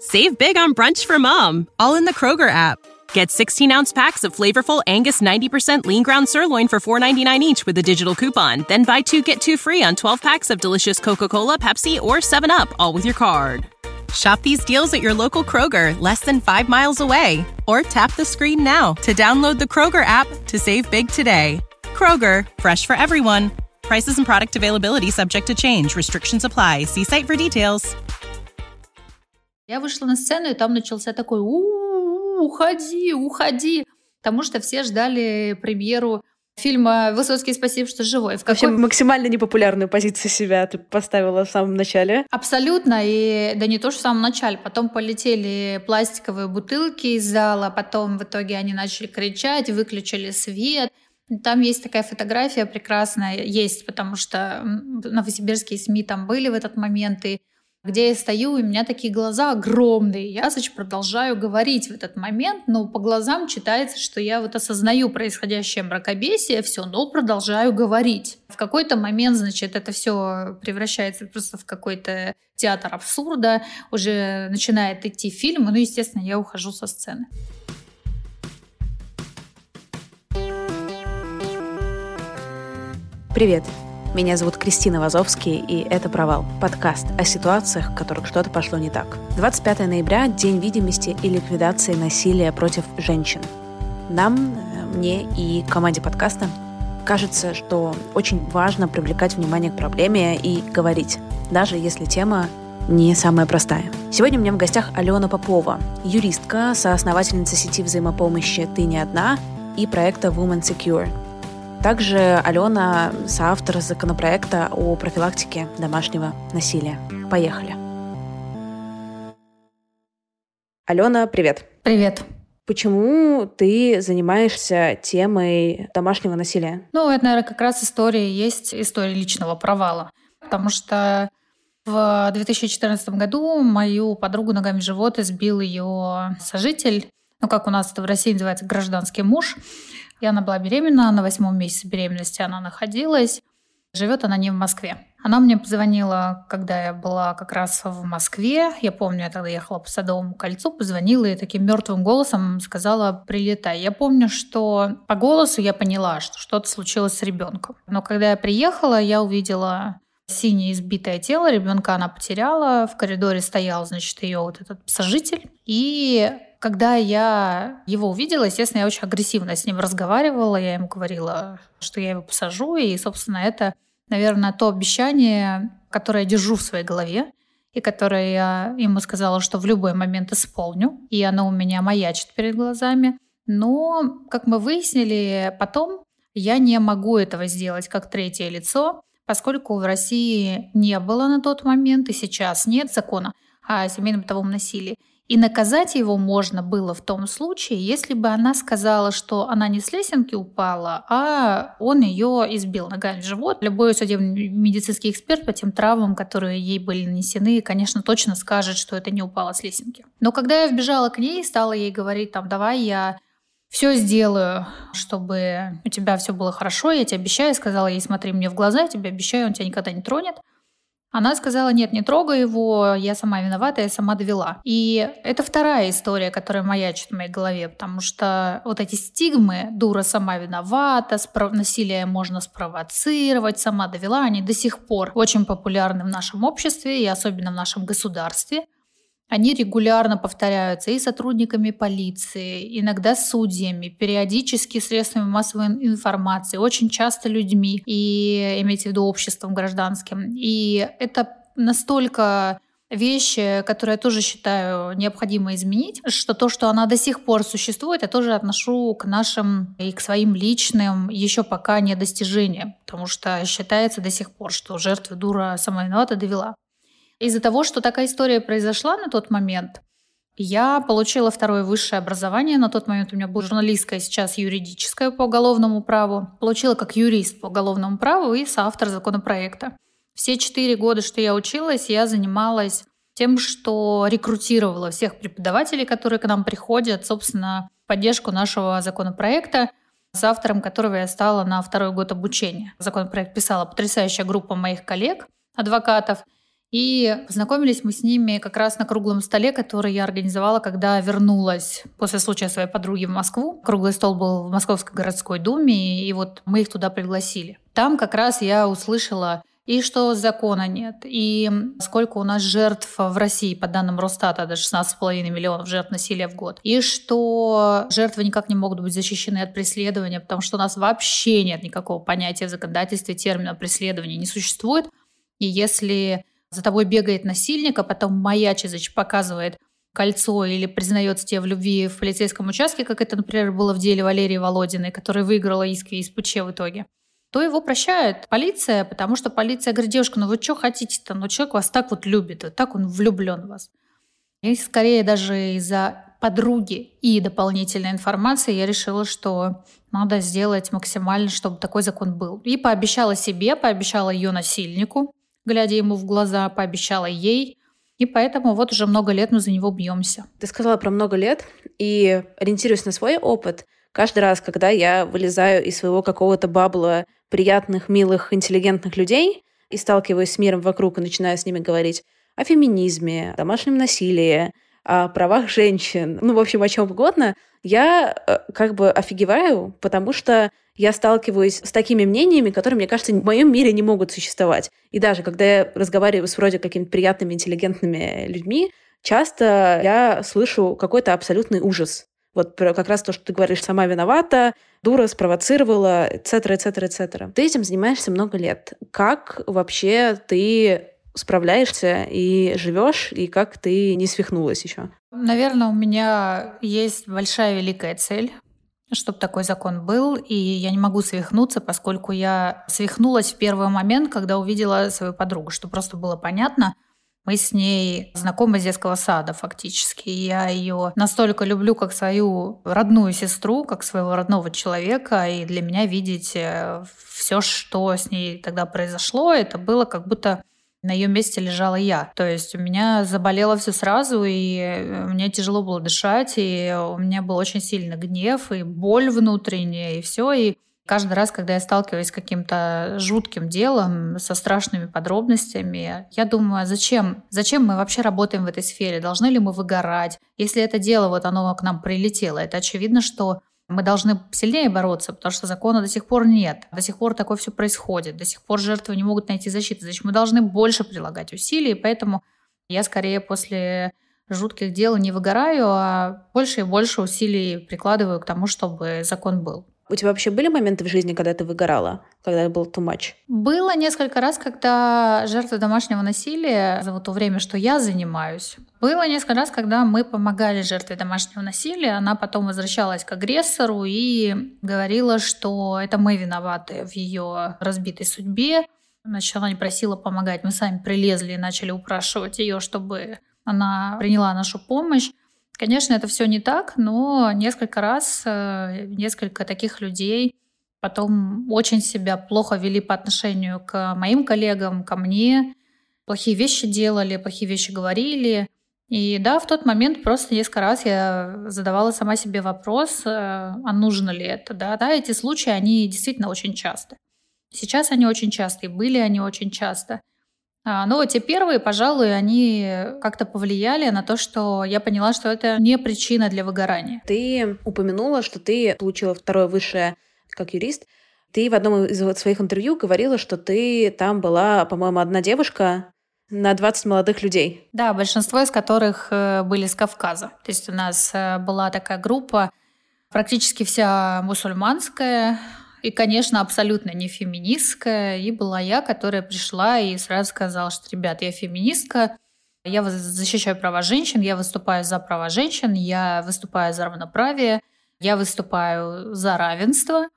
Save big on brunch for mom, all in the Kroger app. Get 16-ounce packs of flavorful Angus 90% lean ground sirloin for $4.99 each with a digital coupon. Then buy 2, get 2 free on 12 packs of delicious Coca-Cola, Pepsi, or 7-Up, all with your card. Shop these deals at your local Kroger, less than 5 miles away. Or tap the screen now to download the Kroger app to save big today. Kroger, fresh for everyone. Prices and product availability subject to change. Restrictions apply. See site for details. Я вышла на сцену, и там начался такой уходи, потому что все ждали премьеру фильма «Высоцкий, спасибо, что живой». Вообще максимально непопулярную позицию себя ты поставила в самом начале. Абсолютно, и да не то, что в самом начале. Потом полетели пластиковые бутылки из зала, потом в итоге они начали кричать, выключили свет. Там есть такая фотография прекрасная, есть, потому что новосибирские СМИ там были в этот момент, и где я стою, и у меня такие глаза огромные. Я, продолжаю говорить в этот момент, но по глазам читается, что я осознаю происходящее мракобесие, все, но продолжаю говорить. В какой-то момент, это все превращается просто в какой-то театр абсурда, уже начинает идти фильм, и, естественно, я ухожу со сцены. Привет. Меня зовут Кристина Вазовский, и это «Провал» — подкаст о ситуациях, в которых что-то пошло не так. 25 ноября — День видимости и ликвидации насилия против женщин. Нам, мне и команде подкаста кажется, что очень важно привлекать внимание к проблеме и говорить, даже если тема не самая простая. Сегодня у меня в гостях Алена Попова, юристка, соосновательница сети взаимопомощи «Ты не одна» и проекта Women Secure. Также Алена — соавтор законопроекта о профилактике домашнего насилия. Поехали. Алена, привет. Привет. Почему ты занимаешься темой домашнего насилия? Это, наверное, как раз есть история личного провала. Потому что в 2014 году мою подругу ногами в живот избил ее сожитель. Как у нас это в России называется, гражданский муж. И она была беременна, на 8-м месяце беременности она находилась. Живет она не в Москве. Она мне позвонила, когда я была как раз в Москве. Я помню, я тогда ехала по Садовому кольцу, позвонила и таким мертвым голосом сказала: «Прилетай». Я помню, что по голосу я поняла, что что-то случилось с ребенком. Но когда я приехала, я увидела синее избитое тело ребенка, она потеряла. В коридоре стоял, ее этот сожитель. И когда я его увидела, естественно, я очень агрессивно с ним разговаривала. Я ему говорила, что я его посажу. И, собственно, это, наверное, то обещание, которое я держу в своей голове, и которое я ему сказала, что в любой момент исполню. И оно у меня маячит перед глазами. Но, как мы выяснили потом, я не могу этого сделать как третье лицо, поскольку в России не было на тот момент, и сейчас нет закона о семейном бытовом насилии. И наказать его можно было в том случае, если бы она сказала, что она не с лесенки упала, а он ее избил ногами в живот. Любой судебно-медицинский эксперт по тем травмам, которые ей были нанесены, конечно, точно скажет, что это не упало с лесенки. Но когда я вбежала к ней, стала ей говорить, давай я все сделаю, чтобы у тебя все было хорошо, я тебе обещаю. Сказала ей: смотри мне в глаза, я тебе обещаю, он тебя никогда не тронет. Она сказала: нет, не трогай его, я сама виновата, я сама довела. И это вторая история, которая маячит в моей голове, потому что эти стигмы: дура сама виновата, насилие можно спровоцировать, сама довела, они до сих пор очень популярны в нашем обществе и особенно в нашем государстве. Они регулярно повторяются и сотрудниками полиции, иногда судьями, периодически средствами массовой информации, очень часто людьми, и имейте в виду обществом гражданским. И это настолько вещь, которую я тоже считаю необходимо изменить, что то, что она до сих пор существует, я тоже отношу к нашим и к своим личным еще пока не достижениям, потому что считается до сих пор, что жертва дура сама виновата довела. Из-за того, что такая история произошла на тот момент, я получила второе высшее образование. На тот момент у меня было журналистское, сейчас юридическое по уголовному праву. Получила как юрист по уголовному праву и соавтор законопроекта. Все 4 года, что я училась, я занималась тем, что рекрутировала всех преподавателей, которые к нам приходят, собственно, в поддержку нашего законопроекта, с автором которого я стала на 2-й год обучения. Законопроект писала потрясающая группа моих коллег, адвокатов. И познакомились мы с ними как раз на круглом столе, который я организовала, когда вернулась после случая своей подруги в Москву. Круглый стол был в Московской городской думе, и вот мы их туда пригласили. Там как раз я услышала и что закона нет, и сколько у нас жертв в России, по данным Росстата, до 16,5 миллионов жертв насилия в год, и что жертвы никак не могут быть защищены от преследования, потому что у нас вообще нет никакого понятия в законодательстве, термина преследования не существует. И если за тобой бегает насильник, а потом маячит, показывает кольцо или признается тебе в любви в полицейском участке, как это, например, было в деле Валерии Володиной, которая выиграла иск из ПЧ в итоге, то его прощает полиция, потому что полиция говорит: девушка, ну вы что хотите-то? Ну человек вас так вот любит, вот так он влюблен в вас. И скорее даже из-за подруги и дополнительной информации я решила, что надо сделать максимально, чтобы такой закон был. И пообещала себе, пообещала ее насильнику, глядя ему в глаза, пообещала ей. И поэтому вот уже много лет мы за него бьемся. Ты сказала про много лет, и ориентируясь на свой опыт, каждый раз, когда я вылезаю из своего какого-то бабла приятных, милых, интеллигентных людей и сталкиваюсь с миром вокруг и начинаю с ними говорить о феминизме, о домашнем насилии, о правах женщин, в общем, о чем угодно, я как бы офигеваю, потому что я сталкиваюсь с такими мнениями, которые, мне кажется, в моем мире не могут существовать. И даже когда я разговариваю с вроде какими-то приятными, интеллигентными людьми, часто я слышу какой-то абсолютный ужас. Вот как раз то, что ты говоришь, сама виновата, дура, спровоцировала, etc., etc., etc. Ты этим занимаешься много лет. Как вообще ты справляешься и живешь, и как ты не свихнулась еще? Наверное, у меня есть большая великая цель, чтобы такой закон был, и я не могу свихнуться, поскольку я свихнулась в первый момент, когда увидела свою подругу, что просто было понятно. Мы с ней знакомы с детского сада фактически. Я ее настолько люблю как свою родную сестру, как своего родного человека. И для меня видеть все, что с ней тогда произошло, это было как будто на ее месте лежала я. То есть у меня заболело все сразу, и мне тяжело было дышать, и у меня был очень сильный гнев, и боль внутренняя, и все. И каждый раз, когда я сталкиваюсь с каким-то жутким делом, со страшными подробностями, я думаю, а зачем мы вообще работаем в этой сфере? Должны ли мы выгорать? Если это дело, вот оно к нам прилетело, это очевидно, что мы должны сильнее бороться, потому что закона до сих пор нет. До сих пор такое все происходит. До сих пор жертвы не могут найти защиты. Значит, мы должны больше прилагать усилий, поэтому я скорее после жутких дел не выгораю, а больше и больше усилий прикладываю к тому, чтобы закон был. У тебя вообще были моменты в жизни, когда ты выгорала, когда был too much? Было несколько раз, когда жертвы домашнего насилия, за то время, что я занимаюсь, было несколько раз, когда мы помогали жертве домашнего насилия, она потом возвращалась к агрессору и говорила, что это мы виноваты в ее разбитой судьбе. Значит, она не просила помогать, мы сами прилезли и начали упрашивать ее, чтобы она приняла нашу помощь. Конечно, это все не так, но несколько раз несколько таких людей потом очень себя плохо вели по отношению к моим коллегам, ко мне, плохие вещи делали, плохие вещи говорили. И да, в тот момент просто несколько раз я задавала сама себе вопрос, а нужно ли это. Да, эти случаи, они действительно очень часто. Сейчас они очень часто, и были они очень часто. Но те первые, пожалуй, они как-то повлияли на то, что я поняла, что это не причина для выгорания. Ты упомянула, что ты получила второе высшее как юрист. Ты в одном из своих интервью говорила, что ты там была, по-моему, одна девушка на 20 молодых людей. Да, большинство из которых были с Кавказа. То есть у нас была такая группа, практически вся мусульманская, и, конечно, абсолютно не феминистская. И была я, которая пришла и сразу сказала, что, ребят, я феминистка, я защищаю права женщин, я выступаю за права женщин, я выступаю за равноправие, я выступаю за равенство.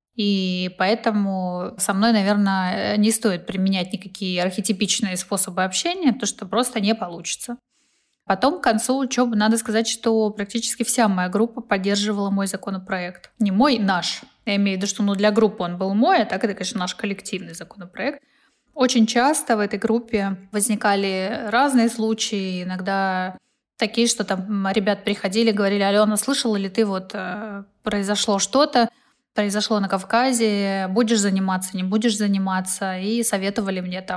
И поэтому со мной, наверное, не стоит применять никакие архетипичные способы общения, потому что просто не получится. Потом, к концу учебы, надо сказать, что практически вся моя группа поддерживала мой законопроект. Не мой, наш. Я имею в виду, что для группы он был мой, а так это, конечно, наш коллективный законопроект. Очень часто в этой группе возникали разные случаи, иногда такие, что там ребят приходили, говорили: Алена, слышала ли ты, произошло что-то, произошло на Кавказе, будешь заниматься, не будешь заниматься, и советовали мне там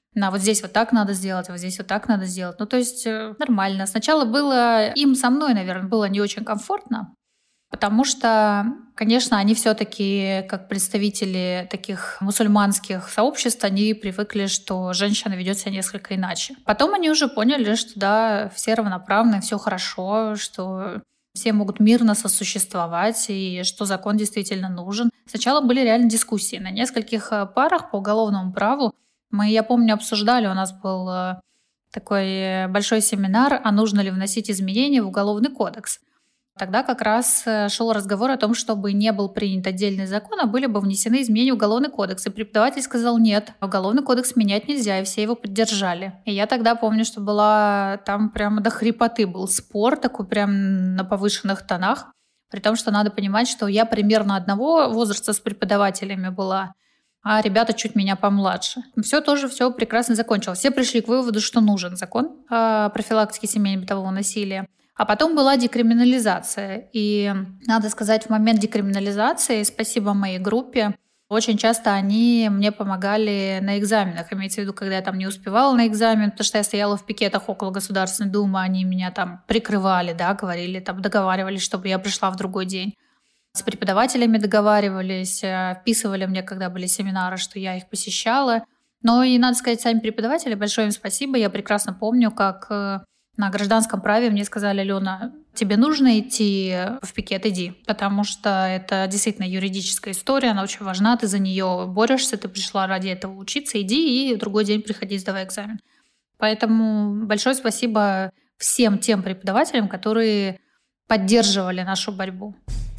Вот здесь вот так надо сделать, вот здесь вот так надо сделать. То есть нормально. Сначала было им со мной, наверное, было не очень комфортно, потому что, конечно, они все-таки, как представители таких мусульманских сообществ, они привыкли, что женщина ведет себя несколько иначе. Потом они уже поняли, что да, все равноправны, все хорошо, что все могут мирно сосуществовать, и что закон действительно нужен. Сначала были реально дискуссии. На нескольких парах по уголовному праву я помню, обсуждали, у нас был такой большой семинар, а нужно ли вносить изменения в Уголовный кодекс. Тогда как раз шел разговор о том, чтобы не был принят отдельный закон, а были бы внесены изменения в Уголовный кодекс. И преподаватель сказал, нет, Уголовный кодекс менять нельзя, и все его поддержали. И я тогда помню, что была там прямо до хрипоты был спор такой прям на повышенных тонах, при том, что надо понимать, что я примерно одного возраста с преподавателями была, а ребята чуть меня помладше. Все прекрасно закончилось. Все пришли к выводу, что нужен закон о профилактике семейно-бытового насилия. А потом была декриминализация. И надо сказать, в момент декриминализации, спасибо моей группе, очень часто они мне помогали на экзаменах. Имеется в виду, когда я там не успевала на экзамен, потому что я стояла в пикетах около Государственной Думы, они меня там прикрывали, говорили, договаривались, чтобы я пришла в другой день. С преподавателями договаривались, вписывали мне, когда были семинары, что я их посещала. Но и, надо сказать, сами преподаватели, большое им спасибо. Я прекрасно помню, как на гражданском праве мне сказали: Алена, тебе нужно идти в пикет, иди. Потому что это действительно юридическая история, она очень важна, ты за нее борешься, ты пришла ради этого учиться, иди и в другой день приходи, сдавай экзамен. Поэтому большое спасибо всем тем преподавателям, которые поддерживали нашу борьбу.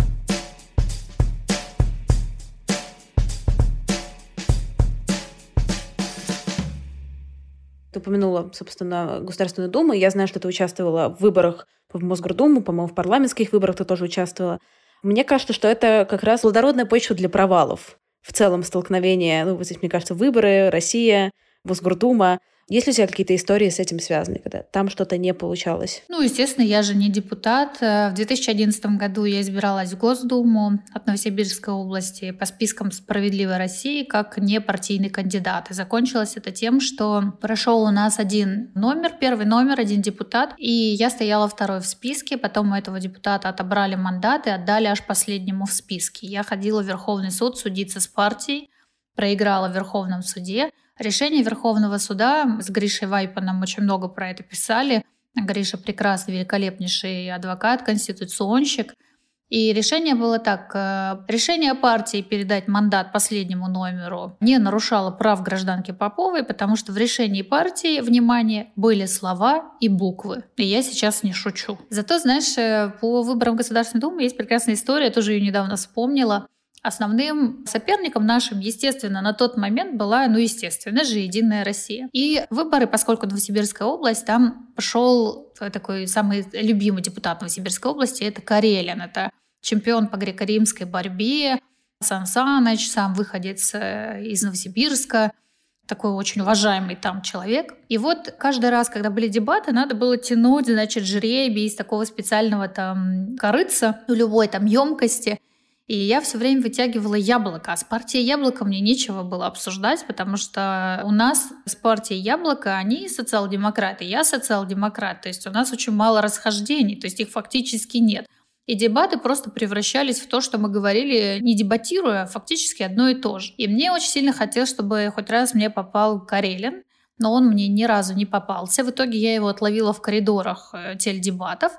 Ты упомянула, собственно, Государственную Думу. Я знаю, что ты участвовала в выборах в Мосгордуму, по-моему, в парламентских выборах ты тоже участвовала. Мне кажется, что это как раз плодородная почва для провалов. В целом столкновение, вот здесь, мне кажется, выборы, Россия, Мосгордума. Есть ли у тебя какие-то истории с этим связаны, когда там что-то не получалось? Естественно, я же не депутат. В 2011 году я избиралась в Госдуму от Новосибирской области по спискам «Справедливой России» как непартийный кандидат. И закончилось это тем, что прошел у нас первый номер, один депутат, и я стояла второй в списке. Потом у этого депутата отобрали мандат и отдали аж последнему в списке. Я ходила в Верховный суд судиться с партией, проиграла в Верховном суде. Решение Верховного суда, с Гришей Вайпаном очень много про это писали. Гриша прекрасный, великолепнейший адвокат, конституционщик. И решение было так. Решение партии передать мандат последнему номеру не нарушало прав гражданки Поповой, потому что в решении партии, внимание, были слова и буквы. И я сейчас не шучу. Зато, знаешь, по выборам Государственной Думы есть прекрасная история, я тоже ее недавно вспомнила. Основным соперником нашим, естественно, на тот момент была, естественно же, «Единая Россия». И выборы, поскольку Новосибирская область, там пошел такой самый любимый депутат Новосибирской области, это Карелин. Это чемпион по греко-римской борьбе, Сан Саныч, сам выходец из Новосибирска, такой очень уважаемый там человек. И вот каждый раз, когда были дебаты, надо было тянуть, жребий из такого специального там корытца, любой там емкости. И я все время вытягивала яблоко. А с партией «Яблоко» мне нечего было обсуждать, потому что у нас с партией «Яблоко» они социал-демократы, я социал-демократ. То есть у нас очень мало расхождений, то есть их фактически нет. И дебаты просто превращались в то, что мы говорили, не дебатируя, а фактически одно и то же. И мне очень сильно хотелось, чтобы хоть раз мне попал Карелин, но он мне ни разу не попался. В итоге я его отловила в коридорах теледебатов.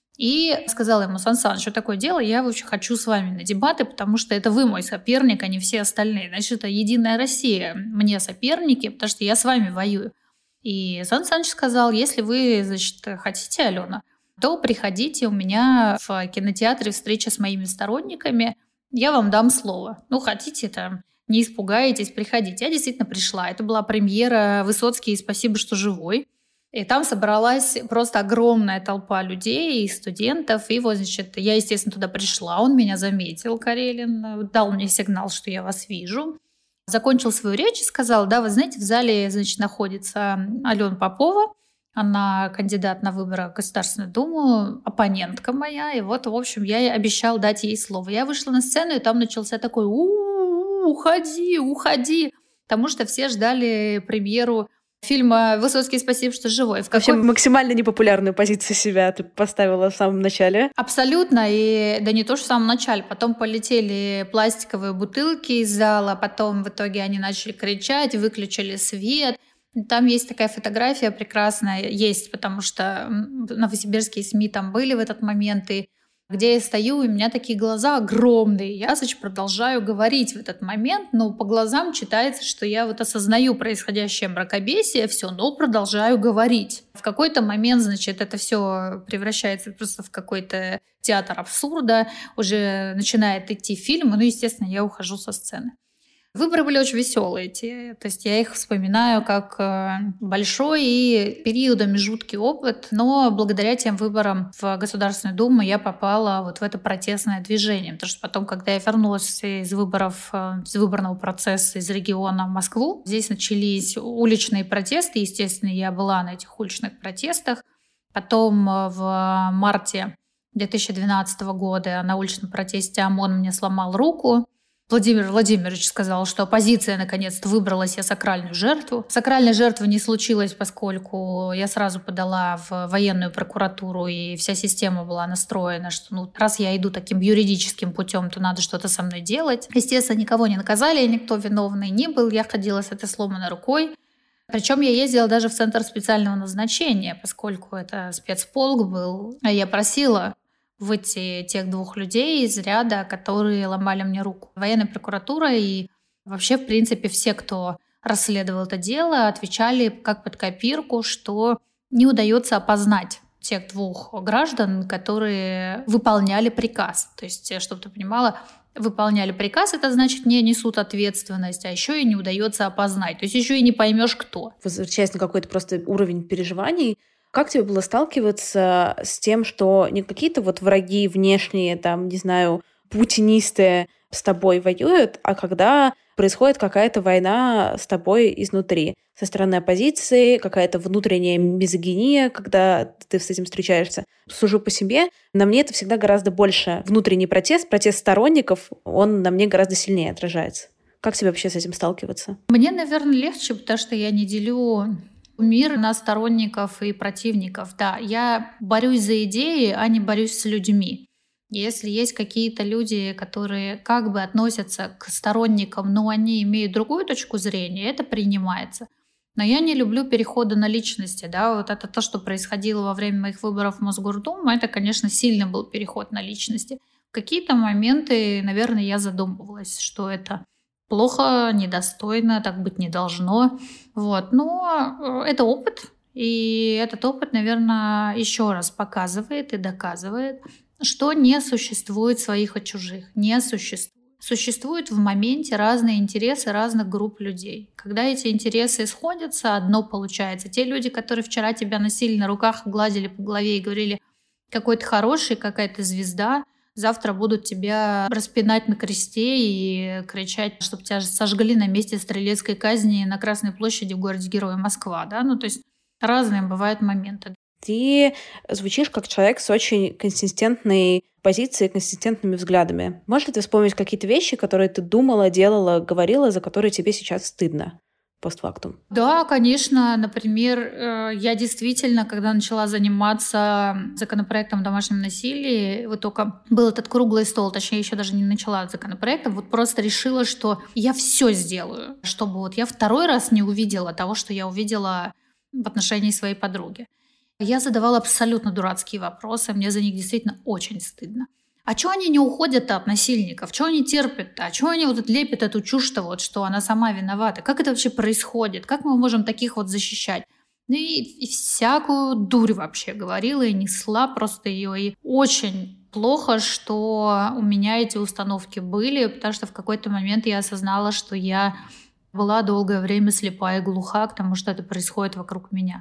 И сказала ему: Сан Саныч, что такое дело, я очень хочу с вами на дебаты, потому что это вы мой соперник, а не все остальные. Значит, это «Единая Россия» мне соперники, потому что я с вами воюю. И Сан Саныч сказал: если вы, хотите, Алена, то приходите, у меня в кинотеатре встреча с моими сторонниками, я вам дам слово. Хотите там, не испугаетесь, приходите. Я действительно пришла. Это была премьера «Высоцкий, спасибо, что живой». И там собралась просто огромная толпа людей и студентов. И я, естественно, туда пришла. Он меня заметил, Карелин, дал мне сигнал, что я вас вижу. Закончил свою речь и сказал: да, вы знаете, в зале, находится Алена Попова. Она кандидат на выборы в Государственную Думу, оппонентка моя. И в общем, я обещал дать ей слово. Я вышла на сцену, и там начался такой: уходи. Потому что все ждали премьеру Фильм «Высоцкий, спасибо, что живой». В общем, максимально непопулярную позицию себя ты поставила в самом начале. Абсолютно. И да не то, что в самом начале. Потом полетели пластиковые бутылки из зала, потом в итоге они начали кричать, выключили свет. Там есть такая фотография прекрасная, есть, потому что новосибирские СМИ там были в этот момент, и где я стою, и у меня такие глаза огромные. Я, значит, продолжаю говорить в этот момент, но по глазам читается, что я вот осознаю происходящее мракобесие, все, но продолжаю говорить. В какой-то момент, значит, это все превращается просто в какой-то театр абсурда, уже начинает идти фильм, ну, естественно, я ухожу со сцены. Выборы были очень веселые. То есть я их вспоминаю как большой и периодами жуткий опыт, но благодаря тем выборам в Государственную Думу я попала вот в это протестное движение. Потому что потом, когда я вернулась из выборного процесса из региона в Москву, здесь начались уличные протесты. Естественно, я была на этих уличных протестах. Потом в марте 2012 года на уличном протесте ОМОН мне сломал руку. Владимир Владимирович сказал, что оппозиция наконец-то выбрала себе сакральную жертву. Сакральной жертвы не случилось, поскольку я сразу подала в военную прокуратуру, и вся система была настроена, что раз я иду таким юридическим путем, то надо что-то со мной делать. Естественно, никого не наказали, никто виновный не был. Я ходила с этой сломанной рукой. Причем я ездила даже в центр специального назначения, поскольку это спецполк был. Я просила выйти тех двух людей из ряда, которые ломали мне руку. Военная прокуратура и вообще, в принципе, все, кто расследовал это дело, отвечали как под копирку, что не удается опознать тех двух граждан, которые выполняли приказ. То есть, чтобы ты понимала, выполняли приказ, это значит, не несут ответственность, а еще и не удается опознать. То есть еще и не поймешь, кто. Возвращаясь на какой-то просто уровень переживаний, как тебе было сталкиваться с тем, что не какие-то вот враги внешние, там, не знаю, путинисты с тобой воюют, а когда происходит какая-то война с тобой изнутри, со стороны оппозиции, какая-то внутренняя мизогиния, когда ты с этим встречаешься. Сужу по себе, на мне это всегда гораздо больше внутренний протест сторонников, он на мне гораздо сильнее отражается. Как тебе вообще с этим сталкиваться? Мне, наверное, легче, потому что я не делю мир на сторонников и противников. Да, я борюсь за идеи, а не борюсь с людьми. Если есть какие-то люди, которые как бы относятся к сторонникам, но они имеют другую точку зрения, это принимается. Но я не люблю перехода на личности. Да? Вот это то, что происходило во время моих выборов в Мосгордуму, это, конечно, сильно был переход на личности. В какие-то моменты, наверное, я задумывалась, что это плохо, недостойно, так быть не должно. Вот. Но это опыт, и этот опыт, наверное, еще раз показывает и доказывает, что не существует своих от чужих. Не существует. Существуют в моменте разные интересы разных групп людей. Когда эти интересы сходятся, одно получается. Те люди, которые вчера тебя носили на руках, гладили по голове и говорили, какой ты хороший, какая ты звезда, завтра будут тебя распинать на кресте и кричать, чтобы тебя сожгли на месте стрелецкой казни на Красной площади в городе-герое Москва. Да? То есть разные бывают моменты. Ты звучишь как человек с очень консистентной позицией, консистентными взглядами. Можешь ли ты вспомнить какие-то вещи, которые ты думала, делала, говорила, за которые тебе сейчас стыдно постфактум? Да, конечно. Например, я действительно, когда начала заниматься законопроектом о домашнем насилии, вот только был этот круглый стол, точнее, еще даже не начала законопроектом, вот просто решила, что я все сделаю, чтобы вот я второй раз не увидела того, что я увидела в отношении своей подруги. Я задавала абсолютно дурацкие вопросы, мне за них действительно очень стыдно. А чего они не уходят от насильников? Чего они терпят-то? А чего они вот лепят эту чушь-то, вот, что она сама виновата? Как это вообще происходит? Как мы можем таких вот защищать? Ну и всякую дурь вообще говорила и несла просто ее. И очень плохо, что у меня эти установки были, потому что в какой-то момент я осознала, что я была долгое время слепа и глуха к тому, что это происходит вокруг меня.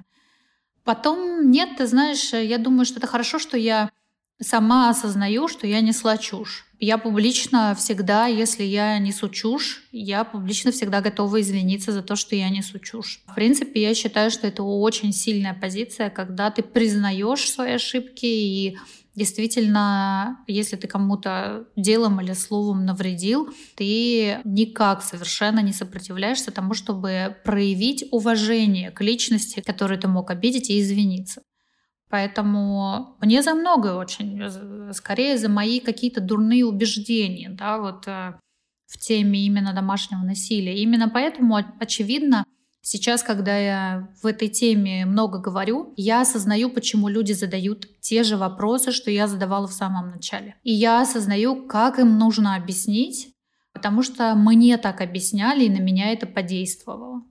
Потом нет, ты знаешь, я думаю, что это хорошо, что я сама осознаю, что я несла чушь. Я публично всегда, если я несу чушь, я публично всегда готова извиниться за то, что я несу чушь. В принципе, я считаю, что это очень сильная позиция, когда ты признаешь свои ошибки и действительно, если ты кому-то делом или словом навредил, ты никак совершенно не сопротивляешься тому, чтобы проявить уважение к личности, которую ты мог обидеть, и извиниться. Поэтому мне за многое очень, скорее за мои какие-то дурные убеждения, да, в теме именно домашнего насилия. Именно поэтому, очевидно, сейчас, когда я в этой теме много говорю, я осознаю, почему люди задают те же вопросы, что я задавала в самом начале. И я осознаю, как им нужно объяснить, потому что мне так объясняли, и на меня это подействовало.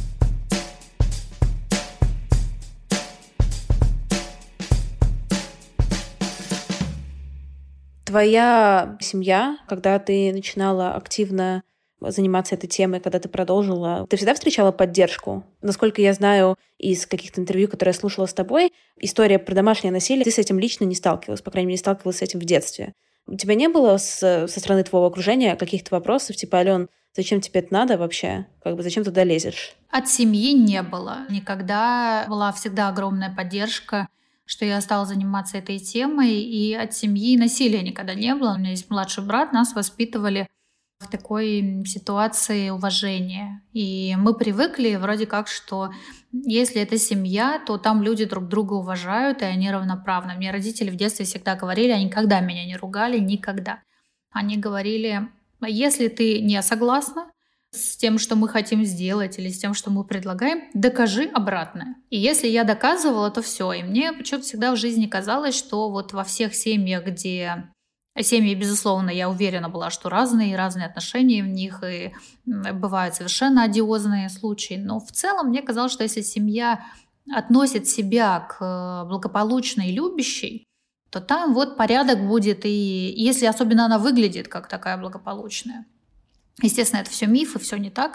Твоя семья, когда ты начинала активно заниматься этой темой, когда ты продолжила, ты всегда встречала поддержку? Насколько я знаю из каких-то интервью, которые я слушала с тобой, история про домашнее насилие, ты с этим лично не сталкивалась, по крайней мере, не сталкивалась с этим в детстве. У тебя не было со стороны твоего окружения каких-то вопросов, типа, Алён, зачем тебе это надо вообще? Зачем туда лезешь? От семьи не было. Никогда была всегда огромная поддержка, что я стала заниматься этой темой, и от семьи насилия никогда не было. У меня есть младший брат, нас воспитывали в такой ситуации уважения. И мы привыкли вроде как, что если это семья, то там люди друг друга уважают, и они равноправны. Мне родители в детстве всегда говорили, они никогда меня не ругали, никогда. Они говорили, если ты не согласна с тем, что мы хотим сделать, или с тем, что мы предлагаем, докажи обратное. И если я доказывала, то все. И мне почему-то всегда в жизни казалось, что вот во всех семьях, где... Семьи, безусловно, я уверена была, что разные отношения в них, и бывают совершенно одиозные случаи. Но в целом мне казалось, что если семья относит себя к благополучной и любящей, то там вот порядок будет, и если особенно она выглядит как такая благополучная. Естественно, это все миф, и все не так.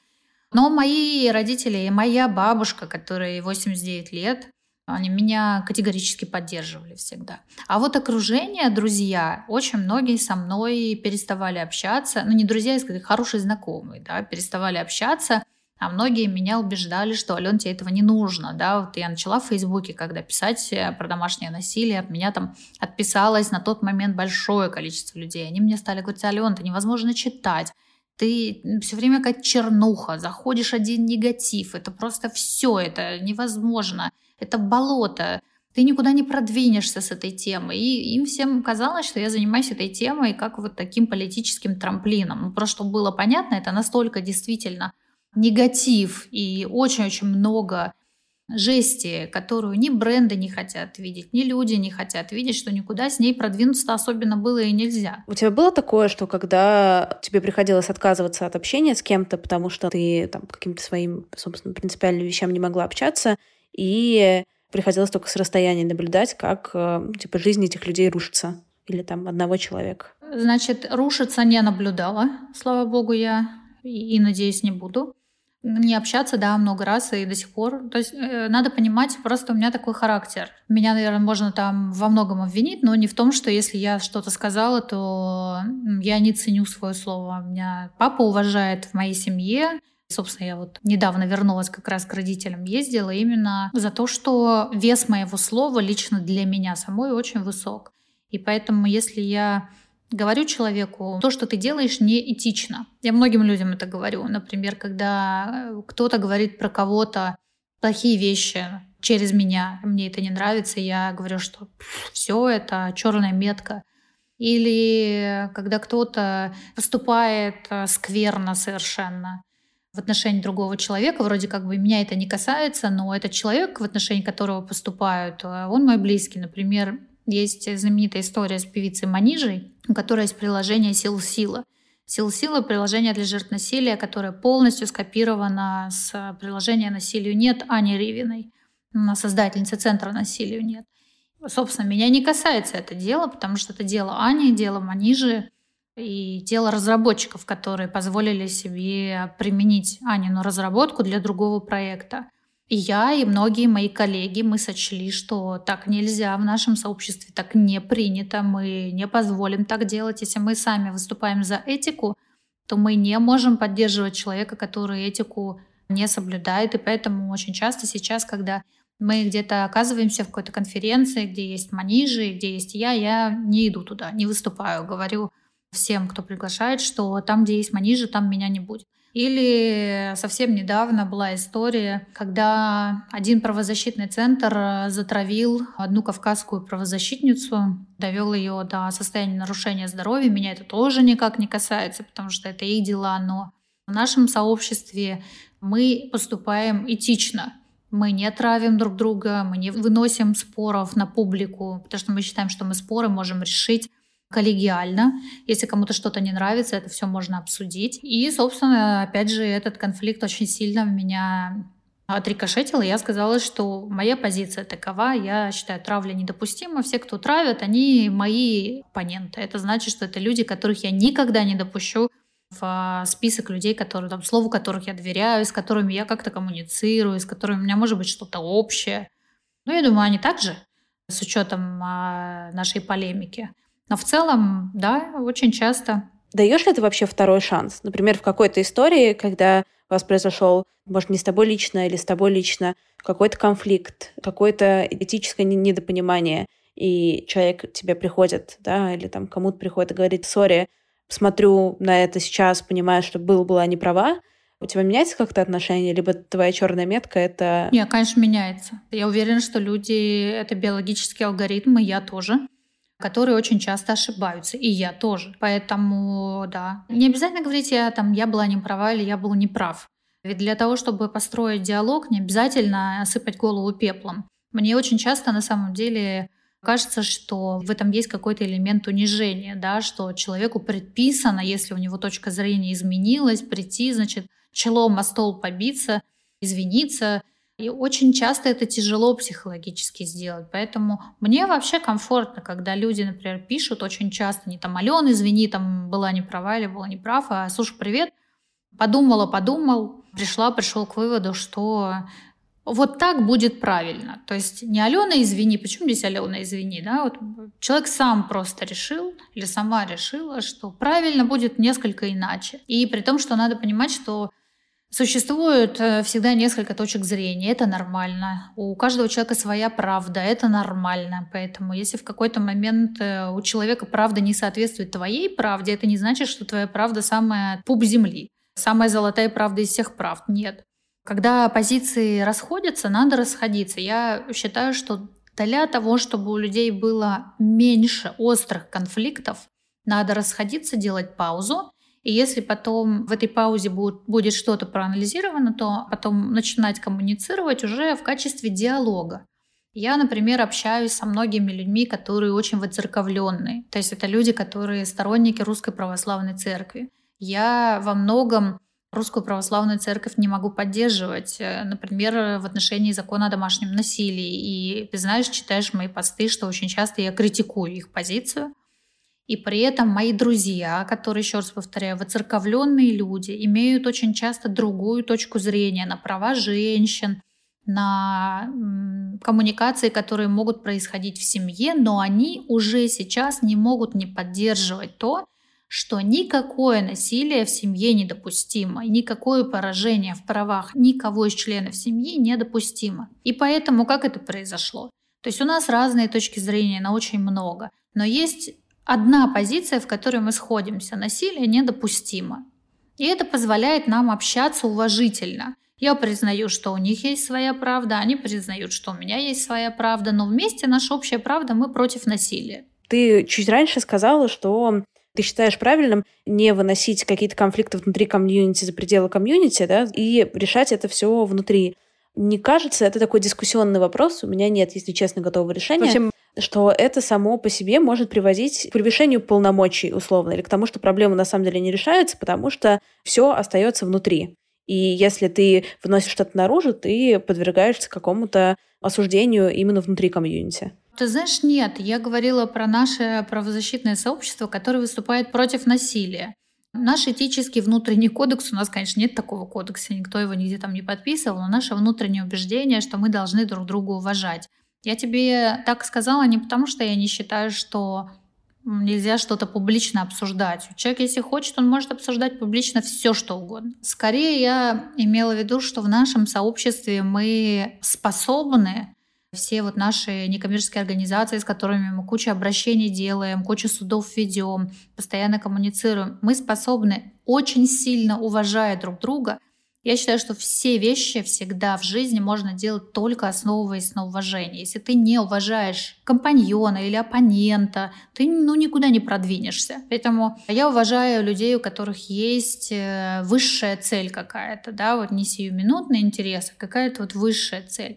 Но мои родители и моя бабушка, которой 89 лет, они меня категорически поддерживали всегда. А вот окружение, друзья, очень многие со мной переставали общаться. Не друзья, а хорошие знакомые, да, переставали общаться. А многие меня убеждали, что, Алён, тебе этого не нужно. Да? Я начала в Фейсбуке, когда писать про домашнее насилие, от меня там отписалось на тот момент большое количество людей. Они мне стали говорить, Алён, это невозможно читать. Ты все время как чернуха, заходишь один негатив. Это просто все, это невозможно. Это болото. Ты никуда не продвинешься с этой темой. И им всем казалось, что я занимаюсь этой темой как вот таким политическим трамплином. Просто чтобы было понятно, это настолько действительно негатив и очень-очень много жести, которую ни бренды не хотят видеть, ни люди не хотят видеть, что никуда с ней продвинуться особенно было и нельзя. У тебя было такое, что когда тебе приходилось отказываться от общения с кем-то, потому что ты там по каким-то своим, собственно, принципиальным вещам не могла общаться, и приходилось только с расстояния наблюдать, как жизнь этих людей рушится, или там одного человека? Значит, рушиться не наблюдала, слава богу, я и надеюсь, не буду. Не общаться, да, много раз и до сих пор. То есть надо понимать, просто у меня такой характер. Меня, наверное, можно там во многом обвинить, но не в том, что если я что-то сказала, то я не ценю свое слово. Меня папа уважает в моей семье. Собственно, я вот недавно вернулась как раз к родителям, ездила именно за то, что вес моего слова лично для меня самой очень высок. И поэтому, если я говорю человеку, то, что ты делаешь, неэтично. Я многим людям это говорю. Например, когда кто-то говорит про кого-то плохие вещи через меня, мне это не нравится, я говорю, что все это черная метка. Или когда кто-то поступает скверно совершенно в отношении другого человека, вроде как бы меня это не касается, но этот человек, в отношении которого поступают, он мой близкий. Например, есть знаменитая история с певицей Манижей, у которой есть приложение «Сил-Сила». «Сил-Сила» — приложение для жертв насилия, которое полностью скопировано с приложения «Насилию нет» Ани Ривиной, создательницы Центра насилию нет. Собственно, меня не касается это дело, потому что это дело Ани, дело Манижи и дело разработчиков, которые позволили себе применить Анину разработку для другого проекта. И я, и многие мои коллеги, мы сочли, что так нельзя в нашем сообществе, так не принято, мы не позволим так делать. Если мы сами выступаем за этику, то мы не можем поддерживать человека, который этику не соблюдает. И поэтому очень часто сейчас, когда Мы где-то оказываемся в какой-то конференции, где есть манижи, где есть я не иду туда, не выступаю. Говорю всем, кто приглашает, что там, где есть манижи, там меня не будет. Или совсем недавно была история, когда один правозащитный центр затравил одну кавказскую правозащитницу, довел ее до состояния нарушения здоровья. Меня это тоже никак не касается, потому что это их дела, но в нашем сообществе мы поступаем этично. Мы не травим друг друга, мы не выносим споров на публику, потому что мы считаем, что мы споры можем решить коллегиально. Если кому-то что-то не нравится, это все можно обсудить. И, собственно, опять же, этот конфликт очень сильно меня отрикошетил, и я сказала, что моя позиция такова, я считаю, травля недопустима, все, кто травят, они мои оппоненты. Это значит, что это люди, которых я никогда не допущу в список людей, слову которых я доверяю, с которыми я как-то коммуницирую, с которыми у меня может быть что-то общее. Ну, я думаю, они также, с учетом нашей полемики. Но в целом, да, очень часто. Даешь ли ты вообще второй шанс? Например, в какой-то истории, когда у вас произошел, может, не с тобой лично или с тобой лично, какой-то конфликт, какое-то этическое недопонимание, и человек к тебе приходит, да, или там кому-то приходит и говорит: «Сори, смотрю на это сейчас, понимаю, что была не права», у тебя меняется как-то отношение, либо твоя черная метка — это... Нет, конечно, меняется. Я уверена, что люди — это биологические алгоритмы, я тоже, которые очень часто ошибаются, и я тоже. Поэтому, да. Не обязательно говорить, я была не права или я был неправ. Ведь для того, чтобы построить диалог, не обязательно осыпать голову пеплом. Мне очень часто, на самом деле, кажется, что в этом есть какой-то элемент унижения, да, что человеку предписано, если у него точка зрения изменилась, прийти, значит, челом о стол побиться, извиниться. И очень часто это тяжело психологически сделать. Поэтому мне вообще комфортно, когда люди, например, пишут очень часто, не там: «Алёна, извини, там была не права или была неправ», а: «Слушай, привет, подумал, пришел к выводу, что вот так будет правильно». То есть не «Алёна, извини», почему здесь «Алёна, извини», да? Вот человек сам просто решил или сама решила, что правильно будет несколько иначе. И при том, что надо понимать, что существует всегда несколько точек зрения, это нормально. У каждого человека своя правда, это нормально. Поэтому если в какой-то момент у человека правда не соответствует твоей правде, это не значит, что твоя правда самая пуп земли, самая золотая правда из всех правд. Нет. Когда позиции расходятся, надо расходиться. Я считаю, что для того, чтобы у людей было меньше острых конфликтов, надо расходиться, делать паузу. И если потом в этой паузе будет что-то проанализировано, то потом начинать коммуницировать уже в качестве диалога. Я, например, общаюсь со многими людьми, которые очень воцерковленные. То есть это люди, которые сторонники Русской Православной Церкви. Я во многом Русскую Православную Церковь не могу поддерживать, например, в отношении закона о домашнем насилии. И ты знаешь, читаешь мои посты, что очень часто я критикую их позицию. И при этом мои друзья, которые, еще раз повторяю, воцерковленные люди, имеют очень часто другую точку зрения на права женщин, на коммуникации, которые могут происходить в семье, но они уже сейчас не могут не поддерживать то, что никакое насилие в семье недопустимо, и никакое поражение в правах никого из членов семьи недопустимо. И поэтому как это произошло? То есть у нас разные точки зрения на очень много, но есть одна позиция, в которой мы сходимся: насилие недопустимо. И это позволяет нам общаться уважительно. Я признаю, что у них есть своя правда, они признают, что у меня есть своя правда, но вместе наша общая правда — мы против насилия. Ты чуть раньше сказала, что ты считаешь правильным не выносить какие-то конфликты внутри комьюнити за пределы комьюнити, да, и решать это все внутри. Не кажется, это такой дискуссионный вопрос, у меня нет, если честно, готового решения. В общем, что это само по себе может приводить к превышению полномочий, условно, или к тому, что проблема на самом деле не решается, потому что все остается внутри. И если ты выносишь что-то наружу, ты подвергаешься какому-то осуждению именно внутри комьюнити. Ты знаешь, нет, я говорила про наше правозащитное сообщество, которое выступает против насилия. Наш этический внутренний кодекс, у нас, конечно, нет такого кодекса, никто его нигде там не подписывал, но наше внутреннее убеждение, что мы должны друг друга уважать. Я тебе так сказала не потому, что я не считаю, что нельзя что-то публично обсуждать. Человек, если хочет, он может обсуждать публично все, что угодно. Скорее, я имела в виду, что в нашем сообществе мы способны, все вот наши некоммерческие организации, с которыми мы кучу обращений делаем, кучу судов ведем, постоянно коммуницируем, мы способны, очень сильно уважая друг друга. Я считаю, что все вещи всегда в жизни можно делать только основываясь на уважении. Если ты не уважаешь компаньона или оппонента, ты никуда не продвинешься. Поэтому я уважаю людей, у которых есть высшая цель какая-то, да, вот не сиюминутный интерес, а какая-то вот высшая цель.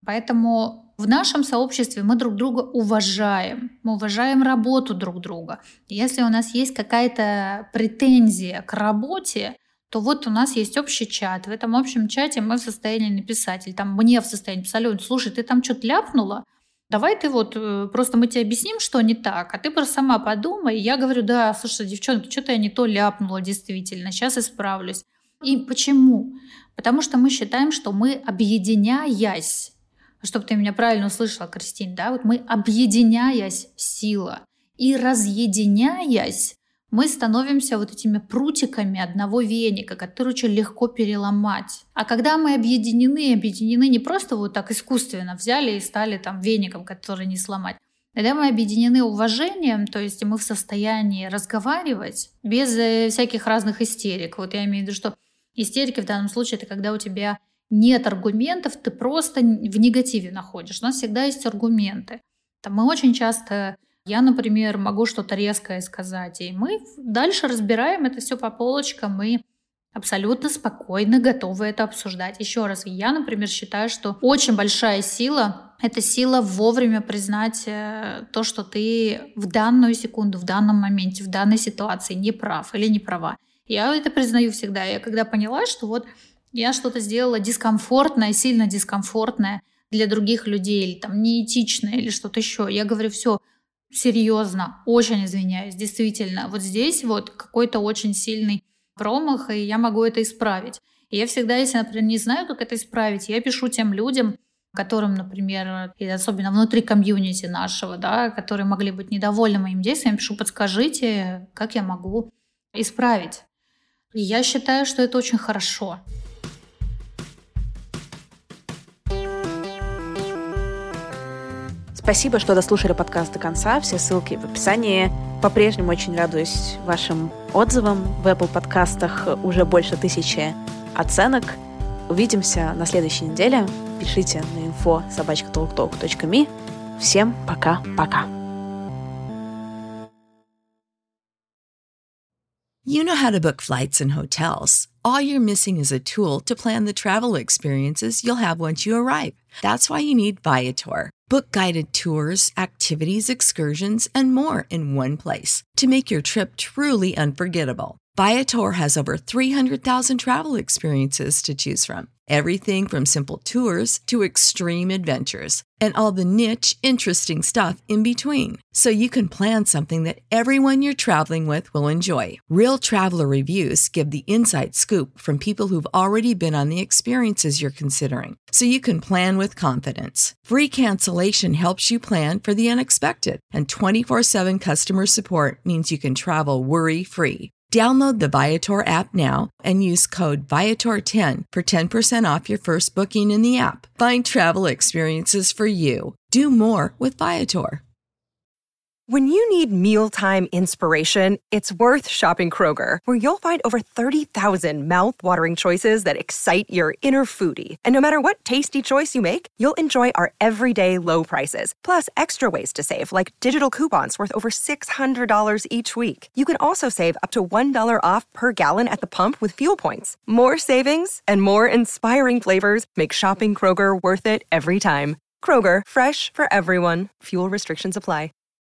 Поэтому в нашем сообществе мы друг друга уважаем. Мы уважаем работу друг друга. Если у нас есть какая-то претензия к работе, то вот у нас есть общий чат. В этом общем чате мы в состоянии написать, или там мне в состоянии писать: Алёнь, слушай, ты там что-то ляпнула? Давай ты вот, просто мы тебе объясним, что не так, а ты просто сама подумай. Я говорю: да, слушай, девчонки, что-то я не то ляпнула, действительно, сейчас исправлюсь. И почему? Потому что мы считаем, что мы, объединяясь, чтобы ты меня правильно услышала, Кристин, да, вот мы, объединяясь, сила, и разъединяясь, мы становимся вот этими прутиками одного веника, который очень легко переломать. А когда мы объединены не просто вот так искусственно взяли и стали там веником, который не сломать. Когда мы объединены уважением, то есть мы в состоянии разговаривать без всяких разных истерик. Вот я имею в виду, что истерики в данном случае — это когда у тебя нет аргументов, ты просто в негативе находишь. У нас всегда есть аргументы. Там мы очень часто... Я, например, могу что-то резкое сказать, и мы дальше разбираем это все по полочкам, и абсолютно спокойно готовы это обсуждать. Еще раз, я, например, считаю, что очень большая сила — это сила вовремя признать то, что ты в данную секунду, в данном моменте, в данной ситуации не прав или не права. Я это признаю всегда. Я когда поняла, что вот я что-то сделала дискомфортное, сильно дискомфортное для других людей, или там неэтичное, или что-то еще, я говорю: все, серьезно, очень извиняюсь, действительно, вот здесь вот какой-то очень сильный промах, и я могу это исправить. И я всегда, если, например, не знаю, как это исправить, я пишу тем людям, которым, например, и особенно внутри комьюнити нашего, да, которые могли быть недовольны моим действием, пишу: подскажите, как я могу исправить. И я считаю, что это очень хорошо. Спасибо, что дослушали подкаст до конца. Все ссылки в описании. По-прежнему очень радуюсь вашим отзывам. В Apple подкастах уже больше 1000 оценок. Увидимся на следующей неделе. Пишите на info@talktalk.me. Всем пока-пока. You know how to book flights and hotels. All you're missing is a tool to plan the travel experiences you'll have once you arrive. That's why you need Viator. Book guided tours, activities, excursions, and more in one place to make your trip truly unforgettable. Viator has over 300,000 travel experiences to choose from. Everything from simple tours to extreme adventures and all the niche, interesting stuff in between. So you can plan something that everyone you're traveling with will enjoy. Real traveler reviews give the inside scoop from people who've already been on the experiences you're considering. So you can plan with confidence. Free cancellation helps you plan for the unexpected. And 24/7 customer support means you can travel worry-free. Download the Viator app now and use code Viator10 for 10% off your first booking in the app. Find travel experiences for you. Do more with Viator. When you need mealtime inspiration, it's worth shopping Kroger, where you'll find over 30,000 mouth-watering choices that excite your inner foodie. And no matter what tasty choice you make, you'll enjoy our everyday low prices, plus extra ways to save, like digital coupons worth over $600 each week. You can also save up to $1 off per gallon at the pump with fuel points. More savings and more inspiring flavors make shopping Kroger worth it every time. Kroger, fresh for everyone. Fuel restrictions apply.